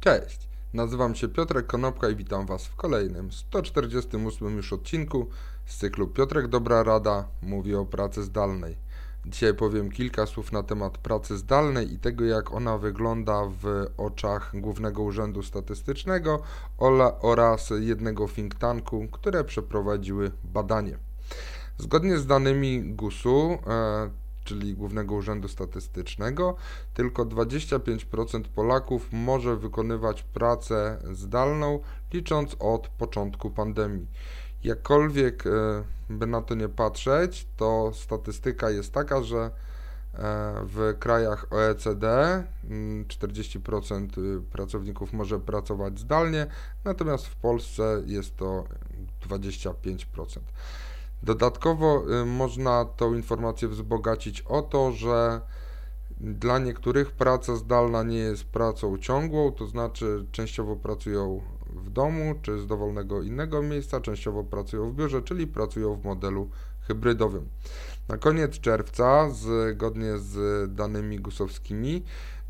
Cześć, nazywam się Piotrek Konopka i witam Was w kolejnym, 148 już odcinku z cyklu Piotrek Dobra Rada mówi o pracy zdalnej. Dzisiaj powiem kilka słów na temat pracy zdalnej i tego, jak ona wygląda w oczach Głównego Urzędu Statystycznego oraz jednego think tanku, które przeprowadziły badanie. Zgodnie z danymi GUS-u, czyli Głównego Urzędu Statystycznego, tylko 25% Polaków może wykonywać pracę zdalną, licząc od początku pandemii. Jakkolwiek by na to nie patrzeć, to statystyka jest taka, że w krajach OECD 40% pracowników może pracować zdalnie, natomiast w Polsce jest to 25%. Dodatkowo można tą informację wzbogacić o to, że dla niektórych praca zdalna nie jest pracą ciągłą, to znaczy częściowo pracują w domu czy z dowolnego innego miejsca, częściowo pracują w biurze, czyli pracują w modelu hybrydowym. Na koniec czerwca, zgodnie z danymi GUS-owskimi,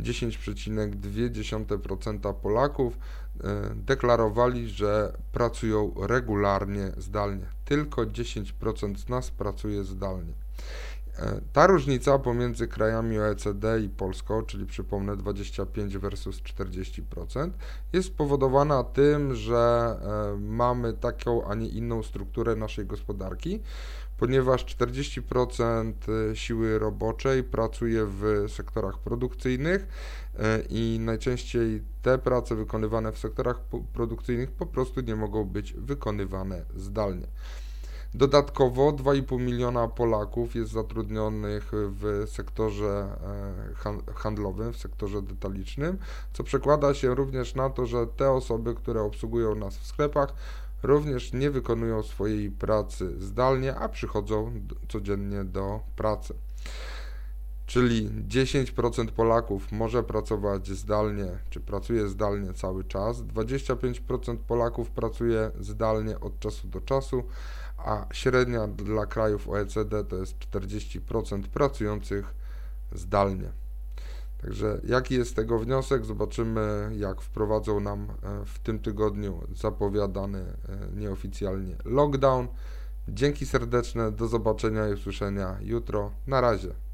10,2% Polaków deklarowali, że pracują regularnie zdalnie. Tylko 10% z nas pracuje zdalnie. Ta różnica pomiędzy krajami OECD i Polską, czyli przypomnę 25 versus 40%, jest spowodowana tym, że mamy taką, a nie inną strukturę naszej gospodarki, ponieważ 40% siły roboczej pracuje w sektorach produkcyjnych i najczęściej te prace wykonywane w sektorach produkcyjnych po prostu nie mogą być wykonywane zdalnie. Dodatkowo 2,5 miliona Polaków jest zatrudnionych w sektorze handlowym, w sektorze detalicznym, co przekłada się również na to, że te osoby, które obsługują nas w sklepach, również nie wykonują swojej pracy zdalnie, a przychodzą codziennie do pracy. Czyli 10% Polaków może pracować zdalnie, czy pracuje zdalnie cały czas, 25% Polaków pracuje zdalnie od czasu do czasu, a średnia dla krajów OECD to jest 40% pracujących zdalnie. Także jaki jest tego wniosek? Zobaczymy, jak wprowadzą nam w tym tygodniu zapowiadany nieoficjalnie lockdown. Dzięki serdeczne, do zobaczenia i usłyszenia jutro. Na razie.